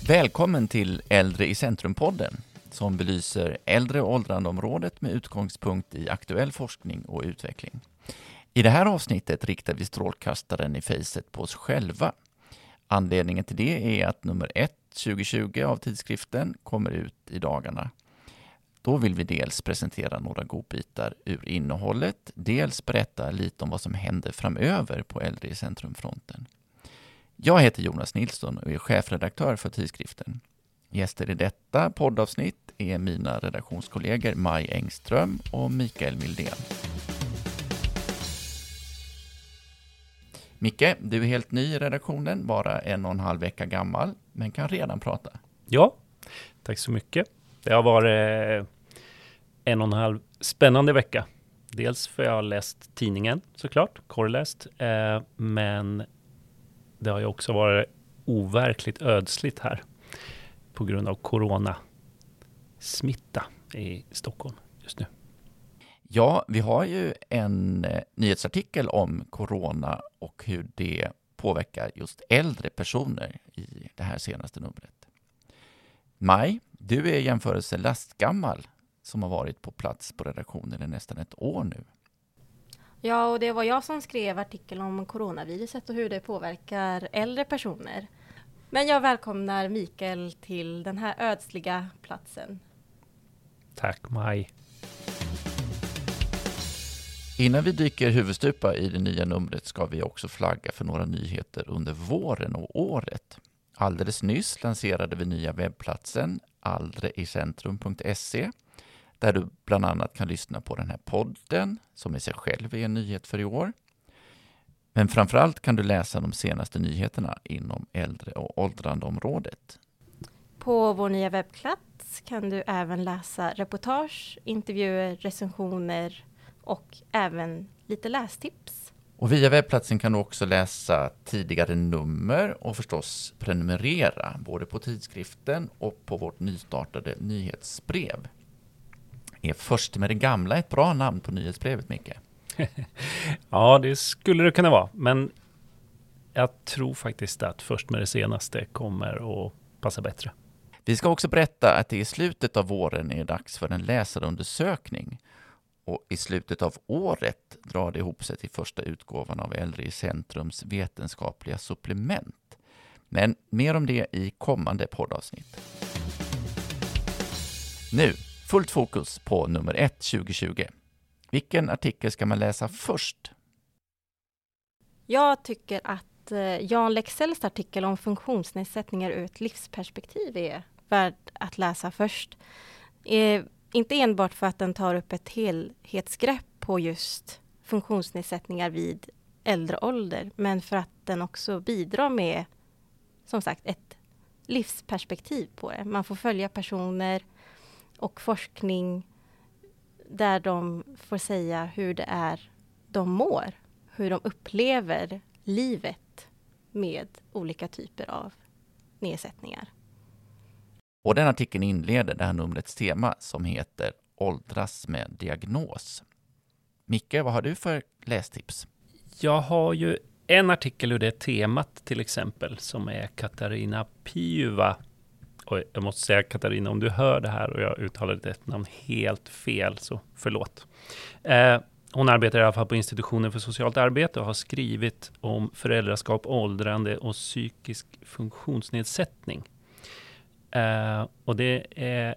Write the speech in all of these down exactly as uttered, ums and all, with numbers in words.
Välkommen till Äldre i centrum-podden som belyser äldre- och åldrandeområdet med utgångspunkt i aktuell forskning och utveckling. I det här avsnittet riktar vi strålkastaren i facet på oss själva. Anledningen till det är att nummer ett tjugo tjugo av tidskriften kommer ut i dagarna. Då vill vi dels presentera några godbitar ur innehållet, dels berätta lite om vad som händer framöver på Äldre i centrum-fronten. Jag heter Jonas Nilsson och är chefredaktör för tidskriften. Gäster i detta poddavsnitt är mina redaktionskollegor Maj Engström och Mikael Mildén. Micke, du är helt ny i redaktionen, bara en och en halv vecka gammal, men kan redan prata. Ja, tack så mycket. Det har varit en och en halv spännande vecka. Dels för jag har läst tidningen såklart, korrläst, eh, men det har ju också varit overkligt ödsligt här på grund av coronasmitta i Stockholm just nu. Ja, vi har ju en eh, nyhetsartikel om corona och hur det påverkar just äldre personer i det här senaste numret. Maj, du är i jämförelse lastgammal som har varit på plats på redaktionen i nästan ett år nu. Ja, och det var jag som skrev artikeln om coronaviruset och hur det påverkar äldre personer. Men jag välkomnar Mikael till den här ödsliga platsen. Tack Maj. Innan vi dyker huvudstupa i det nya numret ska vi också flagga för några nyheter under våren och året. Alldeles nyss lanserade vi nya webbplatsen aldreicentrum punkt se där du bland annat kan lyssna på den här podden som i sig själv är en nyhet för i år. Men framförallt kan du läsa de senaste nyheterna inom äldre- och åldrandeområdet. På vår nya webbplats kan du även läsa reportage, intervjuer, recensioner och även lite lästips. Och via webbplatsen kan du också läsa tidigare nummer och förstås prenumerera både på tidskriften och på vårt nystartade nyhetsbrev. Är först med det gamla ett bra namn på nyhetsbrevet, Micke? Ja, det skulle det kunna vara. Men jag tror faktiskt att först med det senaste kommer att passa bättre. Vi ska också berätta att det i slutet av våren är dags för en läsarundersökning. Och i slutet av året drar det ihop sig till första utgåvan av Äldre i centrums vetenskapliga supplement. Men mer om det i kommande poddavsnitt. Nu, fullt fokus på nummer ett tjugo tjugo. Vilken artikel ska man läsa först? Jag tycker att eh, Jan Leksells artikel om funktionsnedsättningar ur ett livsperspektiv är värd att läsa först. Eh, inte enbart för att den tar upp ett helhetsgrepp på just funktionsnedsättningar vid äldre ålder, men för att den också bidrar med, som sagt, ett livsperspektiv på det. Man får följa personer och forskning där de får säga hur det är de mår, hur de upplever livet med olika typer av nedsättningar. Och den artikeln inleder det här numrets tema som heter Åldras med diagnos. Micke, vad har du för lästips? Jag har ju en artikel ur det temat till exempel som är Katarina Piuva. Och jag måste säga Katarina, om du hör det här och jag uttalar ditt namn helt fel så förlåt. Eh, hon arbetar i alla fall på institutionen för socialt arbete och har skrivit om föräldraskap, åldrande och psykisk funktionsnedsättning. Uh, och det är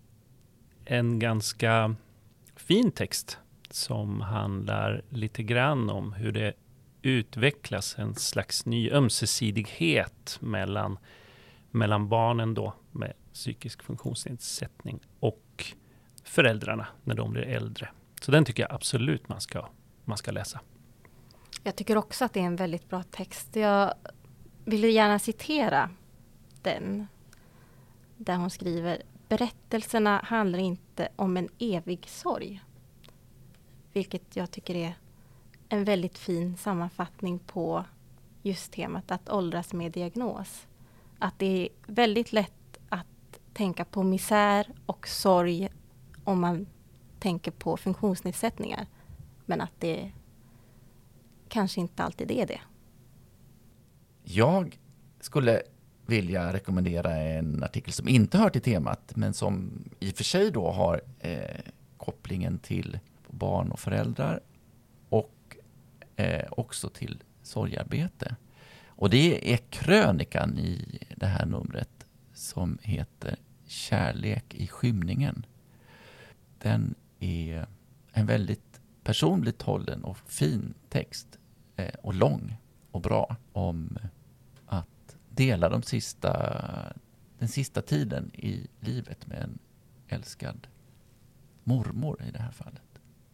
en ganska fin text som handlar lite grann om hur det utvecklas en slags ny ömsesidighet mellan, mellan barnen då med psykisk funktionsnedsättning och föräldrarna när de blir äldre. Så den tycker jag absolut man ska, man ska läsa. Jag tycker också att det är en väldigt bra text. Jag vill gärna citera den. Där hon skriver, berättelserna handlar inte om en evig sorg. Vilket jag tycker är en väldigt fin sammanfattning på just temat att åldras med diagnos. Att det är väldigt lätt att tänka på misär och sorg om man tänker på funktionsnedsättningar. Men att det kanske inte alltid är det. Jag skulle vill jag rekommendera en artikel som inte hör till temat, men som i och för sig då har eh, kopplingen till barn och föräldrar och eh, också till sorgarbete. Och det är krönikan i det här numret som heter Kärlek i skymningen. Den är en väldigt personligt hållen och fin text eh, och lång och bra om att dela de sista, den sista tiden i livet med en älskad mormor i det här fallet.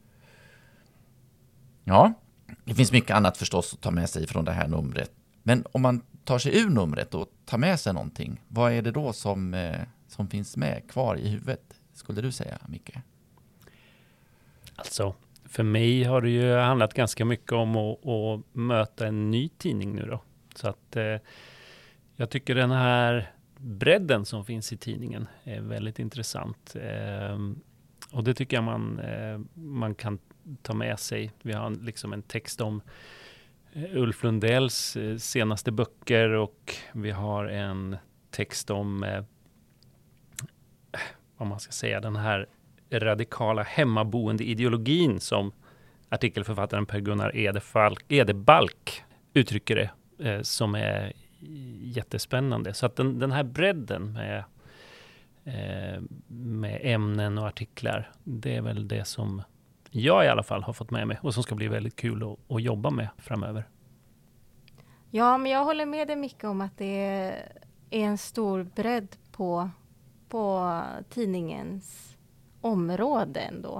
Ja, det finns mycket annat förstås att ta med sig från det här numret. Men om man tar sig ur numret och tar med sig någonting, vad är det då som, eh, som finns med kvar i huvudet, skulle du säga, Micke? Alltså, för mig har det ju handlat ganska mycket om att, att möta en ny tidning nu då. Så att eh, jag tycker den här bredden som finns i tidningen är väldigt intressant. Eh, och det tycker jag man, eh, man kan ta med sig. Vi har liksom en text om Ulf Lundells senaste böcker och vi har en text om eh, vad man ska säga, den här radikala hemmaboende-ideologin som artikelförfattaren Per-Gunnar Edefalk, Edebalk uttrycker det, eh, som är jättespännande. Så att den, den här bredden med, eh, med ämnen och artiklar, det är väl det som jag i alla fall har fått med mig och som ska bli väldigt kul att, att jobba med framöver. Ja, men jag håller med dig mycket om att det är en stor bredd på, på tidningens område ändå.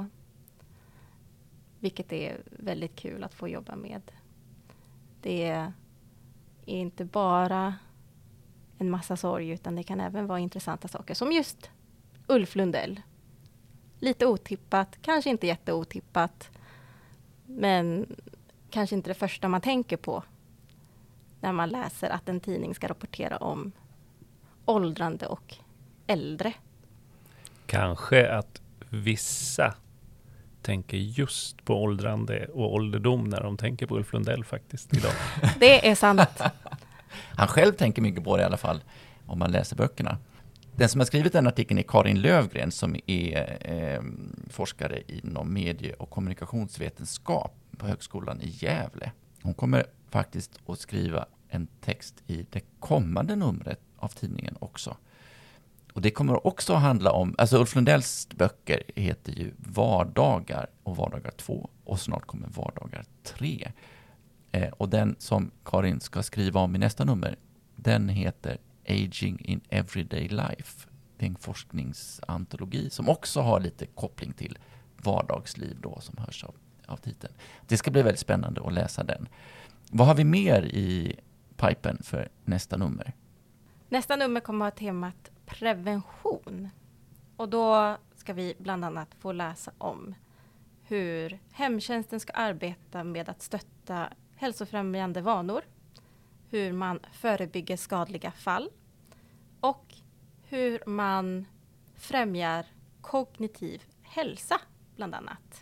Vilket är väldigt kul att få jobba med. Det är inte bara en massa sorg utan det kan även vara intressanta saker som just Ulf Lundell. Lite otippat, kanske inte jätteotippat, men kanske inte det första man tänker på när man läser att en tidning ska rapportera om åldrande och äldre. Kanske att vissa tänker just på åldrande och ålderdom när de tänker på Ulf Lundell faktiskt idag. Det är sant. Han själv tänker mycket på det i alla fall om man läser böckerna. Den som har skrivit den artikeln är Karin Lövgren som är eh, forskare inom medie- och kommunikationsvetenskap på Högskolan i Gävle. Hon kommer faktiskt att skriva en text i det kommande numret av tidningen också. Och det kommer också att handla om, alltså Ulf Lundells böcker heter ju Vardagar och Vardagar två och snart kommer Vardagar tre. Eh, och den som Karin ska skriva om i nästa nummer, den heter Aging in Everyday Life. Det är en forskningsantologi som också har lite koppling till vardagsliv då som hörs av, av titeln. Det ska bli väldigt spännande att läsa den. Vad har vi mer i pipen för nästa nummer? Nästa nummer kommer att ha temat prevention. Och då ska vi bland annat få läsa om hur hemtjänsten ska arbeta med att stötta hälsofrämjande vanor, hur man förebygger skadliga fall och hur man främjar kognitiv hälsa bland annat.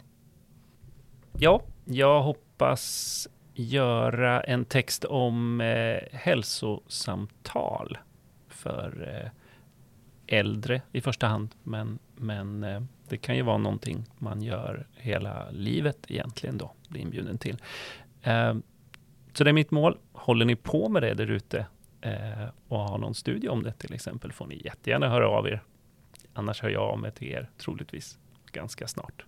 Ja, jag hoppas göra en text om eh, hälsosamtal för eh, äldre i första hand, men, men eh, det kan ju vara någonting man gör hela livet egentligen då, blir inbjuden till. Eh, så det är mitt mål. Håller ni på med det där ute eh, och har någon studie om det till exempel, får ni jättegärna höra av er. Annars hör jag av mig till er troligtvis ganska snart.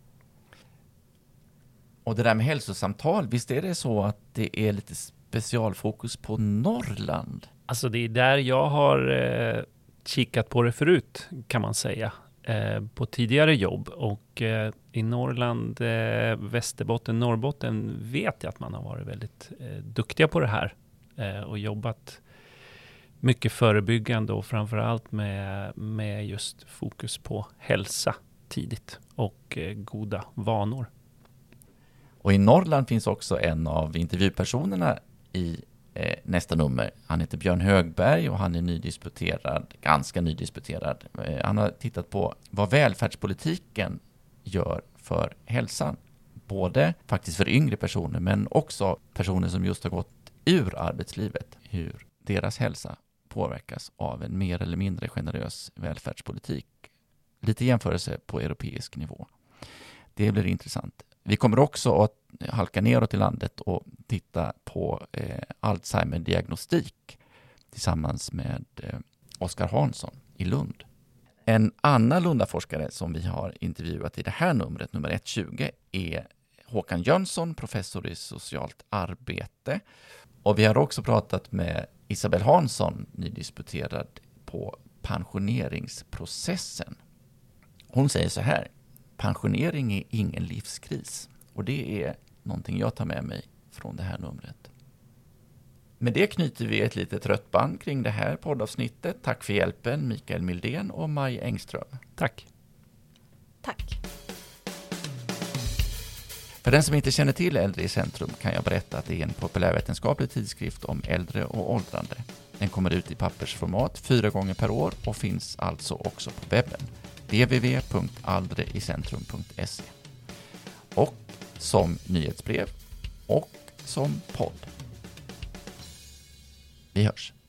Och det där med hälsosamtal, visst är det så att det är lite specialfokus på Norrland? Alltså det är där jag har eh, kikat på det förut kan man säga. Eh, på tidigare jobb och eh, i Norrland, eh, Västerbotten, Norrbotten vet jag att man har varit väldigt eh, duktiga på det här eh, och jobbat mycket förebyggande och framförallt med, med just fokus på hälsa tidigt och eh, goda vanor. Och i Norrland finns också en av intervjupersonerna i eh, nästa nummer. Han heter Björn Högberg och han är nydisputerad, ganska nydisputerad. Eh, han har tittat på vad välfärdspolitiken gör för hälsan. Både faktiskt för yngre personer men också personer som just har gått ur arbetslivet. Hur deras hälsa påverkas av en mer eller mindre generös välfärdspolitik. Lite jämförelse på europeisk nivå. Det blir intressant. Vi kommer också att halka neråt i landet och titta på eh, Alzheimer-diagnostik tillsammans med eh, Oskar Hansson i Lund. En annan Lundaforskare som vi har intervjuat i det här numret, nummer etthundratjugo, är Håkan Jönsson, professor i socialt arbete. Och vi har också pratat med Isabel Hansson, nydisputerad på pensioneringsprocessen. Hon säger så här: pensionering är ingen livskris. Och det är någonting jag tar med mig från det här numret. Med det knyter vi ett litet rött band kring det här poddavsnittet. Tack för hjälpen, Mikael Mildén och Maj Engström. Tack. Tack. För den som inte känner till Äldre i centrum kan jag berätta att det är en populärvetenskaplig tidskrift om äldre och åldrande. Den kommer ut i pappersformat fyra gånger per år och finns alltså också på webben. w w w punkt aldreicentrum punkt se och som nyhetsbrev och som podd. Vi hörs.